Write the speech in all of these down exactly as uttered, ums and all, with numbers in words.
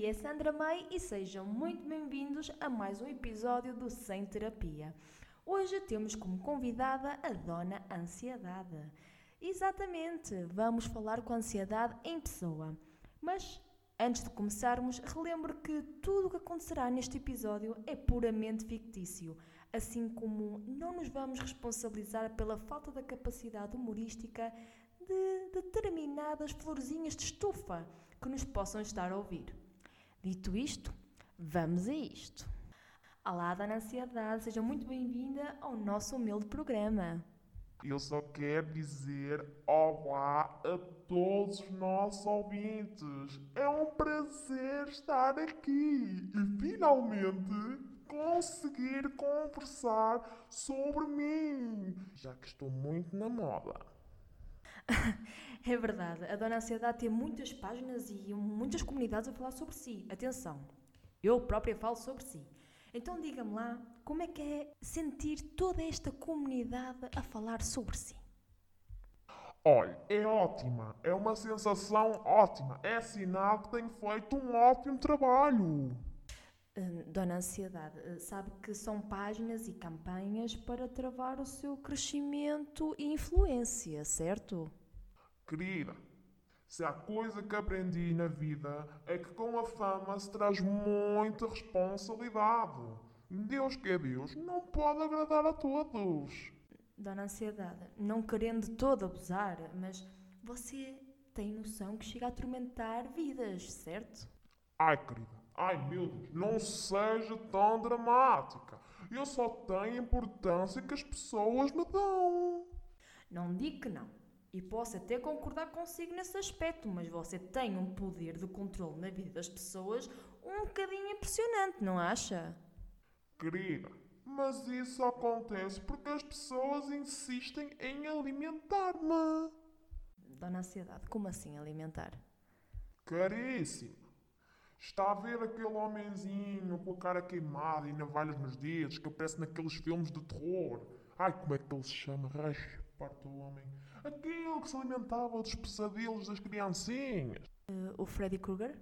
é Sandra May e sejam muito bem-vindos a mais um episódio do Sem Terapia. Hoje temos como convidada a Dona Ansiedade. Exatamente, vamos falar com a ansiedade em pessoa. Mas, antes de começarmos, relembro que tudo o que acontecerá neste episódio é puramente fictício, assim como não nos vamos responsabilizar pela falta da capacidade humorística de determinadas florzinhas de estufa que nos possam estar a ouvir. Dito isto, vamos a isto. Olá, Dona Ansiedade, seja muito bem-vinda ao nosso humilde programa. Eu só quero dizer olá a todos os nossos ouvintes. É um prazer estar aqui e finalmente conseguir conversar sobre mim, já que estou muito na moda. É verdade, a Dona Ansiedade tem muitas páginas e muitas comunidades a falar sobre si. Atenção, eu própria falo sobre si. Então diga-me lá, como é que é sentir toda esta comunidade a falar sobre si? Olha, é ótima, é uma sensação ótima, é sinal que tenho feito um ótimo trabalho. Hum, Dona Ansiedade, sabe que são páginas e campanhas para travar o seu crescimento e influência, certo? Querida, se há coisa que aprendi na vida é que com a fama se traz muita responsabilidade. Deus que é Deus não pode agradar a todos. Dona Ansiedade, não querendo de todo abusar, mas você tem noção que chega a atormentar vidas, certo? Ai, querida, ai meu Deus, não seja tão dramática. Eu só tenho a importância que as pessoas me dão. Não digo que não. E posso até concordar consigo nesse aspecto, mas você tem um poder de controle na vida das pessoas um bocadinho impressionante, não acha? Querida, mas isso acontece porque as pessoas insistem em alimentar-me. Dona Ansiedade, como assim alimentar? Caríssima, está a ver aquele homenzinho com a cara queimada e navalhas nos dedos que aparece naqueles filmes de terror? Ai, como é que ele se chama? Ai, parte o homem. Aquele que se alimentava dos pesadelos das criancinhas. Uh, o Freddy Krueger?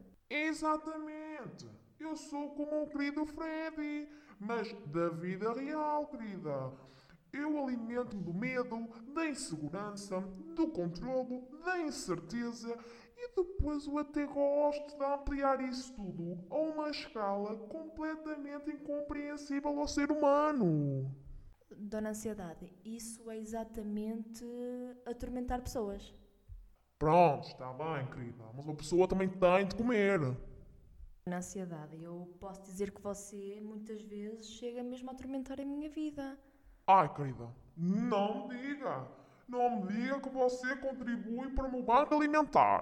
Exatamente. Eu sou como o querido Freddy, mas da vida real, querida. Eu alimento-me do medo, da insegurança, do controlo, da incerteza e depois eu até gosto de ampliar isso tudo a uma escala completamente incompreensível ao ser humano. Dona Ansiedade, isso é exatamente atormentar pessoas. Pronto, está bem, querida, mas uma pessoa também tem de comer. Dona Ansiedade, eu posso dizer que você muitas vezes chega mesmo a atormentar a minha vida. Ai, querida, não me diga. Não me diga que você contribui para o meu banco alimentar.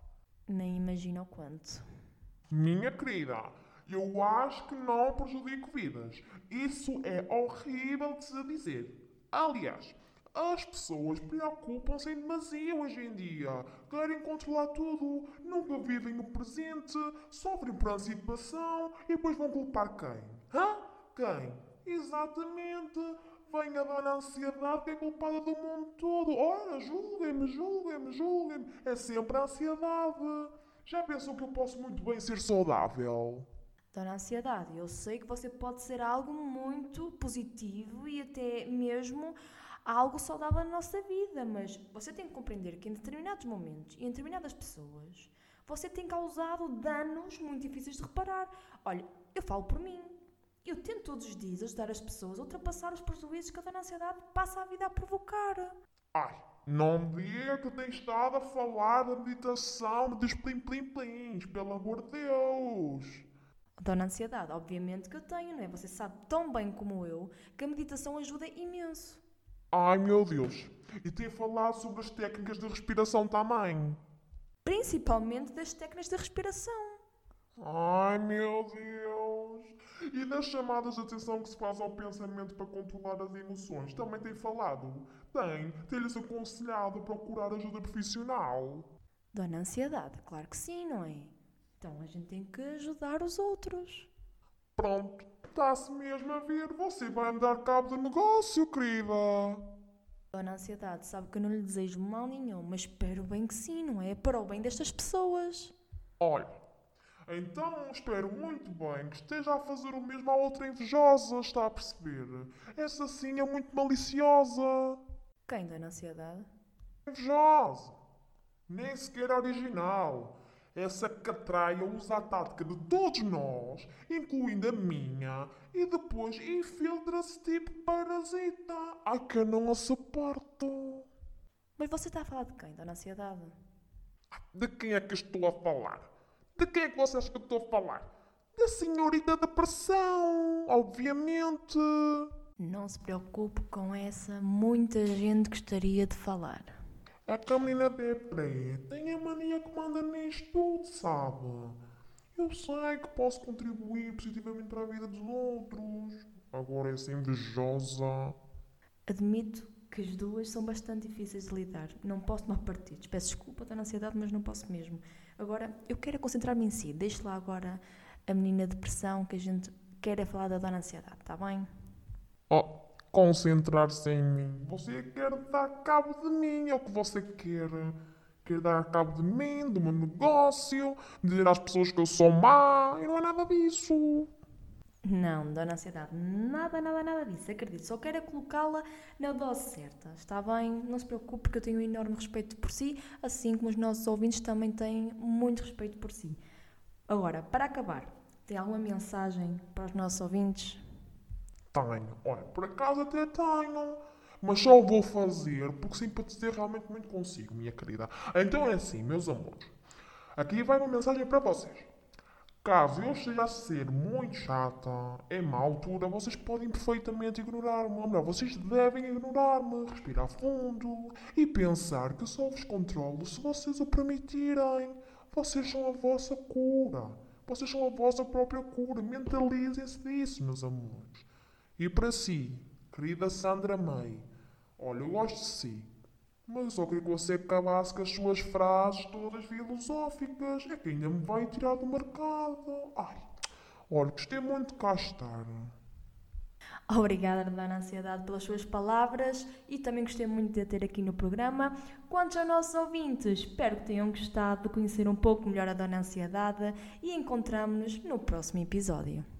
Nem imagina o quanto. Minha querida, eu acho que não prejudico vidas. Isso é horrível de se dizer. Aliás, as pessoas preocupam-se em demasia hoje em dia. Querem controlar tudo, nunca vivem o presente, sofrem por antecipação e depois vão culpar quem? Hã? Quem? Exatamente. Vem a Dona Ansiedade que é culpada do mundo todo. Ora, julguem-me, julguem-me, julguem-me. É sempre a ansiedade. Já pensou que eu posso muito bem ser saudável? Dona Ansiedade, eu sei que você pode ser algo muito positivo e até mesmo algo saudável na nossa vida, mas você tem que compreender que em determinados momentos e em determinadas pessoas você tem causado danos muito difíceis de reparar. Olha, eu falo por mim. Eu tento todos os dias ajudar as pessoas a ultrapassar os prejuízos que a Dona Ansiedade passa a vida a provocar. Ai, não me diga que tem estado a falar da meditação dos plim-plim-plims, pelo amor de Deus. Dona Ansiedade, obviamente que eu tenho, não é? Você sabe tão bem como eu que a meditação ajuda imenso. Ai, meu Deus. E tem falado sobre as técnicas de respiração também. Principalmente das técnicas de respiração. Ai, meu Deus. E das chamadas de atenção que se faz ao pensamento para controlar as emoções, também tem falado. Tem, tem-lhes aconselhado a procurar ajuda profissional. Dona Ansiedade, claro que sim, não é? Então a gente tem que ajudar os outros. Pronto, está-se mesmo a ver. Você vai me dar cabo do negócio, querida. Dona Ansiedade, sabe que eu não lhe desejo mal nenhum, mas espero bem que sim, não é? Para o bem destas pessoas. Olha, Então espero muito bem que esteja a fazer o mesmo à outra invejosa, está a perceber? Essa sim é muito maliciosa. Quem, Dona Ansiedade? Invejosa. Nem sequer original. Essa catraia usa a tática de todos nós, incluindo a minha, e depois infiltra-se tipo parasita. Ai, que eu não a suporto. Mas você está a falar de quem, Dona Ansiedade? De quem é que estou a falar? De quem é que você acha que eu estou a falar? Da senhorita da pressão, obviamente. Não se preocupe com essa, muita gente gostaria de falar. É que a menina deprê tem a mania que manda nisto tudo, sabe? Eu sei que posso contribuir positivamente para a vida dos outros. Agora essa invejosa. Admito que as duas são bastante difíceis de lidar. Não posso tomar partidos. Peço desculpa, estou na ansiedade, mas não posso mesmo. Agora, eu quero concentrar-me em si. Deixe lá agora a menina de pressão que a gente quer é falar da Dona Ansiedade, está bem? Oh, concentrar-se em mim. Você quer dar cabo de mim, é o que você quer. Quer dar cabo de mim, do meu negócio, dizer às pessoas que eu sou má, e não é nada disso. Não, Dona Ansiedade, nada, nada, nada disso, acredito. Só quero é colocá-la na dose certa, está bem? Não se preocupe porque eu tenho um enorme respeito por si, assim como os nossos ouvintes também têm muito respeito por si. Agora, para acabar, tem alguma mensagem para os nossos ouvintes? Tenho. Olha, por acaso até tenho. Mas só o vou fazer porque simpatizei realmente muito consigo, minha querida. Então é assim, meus amores. Aqui vai uma mensagem para vocês. Caso eu esteja a ser muito chata, em má altura, vocês podem perfeitamente ignorar-me. Ou melhor, vocês devem ignorar-me, respirar fundo e pensar que só vos controlo se vocês o permitirem. Vocês são a vossa cura. Vocês são a vossa própria cura. Mentalizem-se disso, meus amores. E para si, querida Sandra May, olha, eu gosto de si. Mas eu só queria que você acabasse com as suas frases todas filosóficas. É que ainda me vai tirar do mercado. Ai, olha, gostei muito de cá estar. Obrigada, Dona Ansiedade, pelas suas palavras e também gostei muito de a ter aqui no programa. Quanto aos nossos ouvintes, espero que tenham gostado de conhecer um pouco melhor a Dona Ansiedade e encontramo-nos no próximo episódio.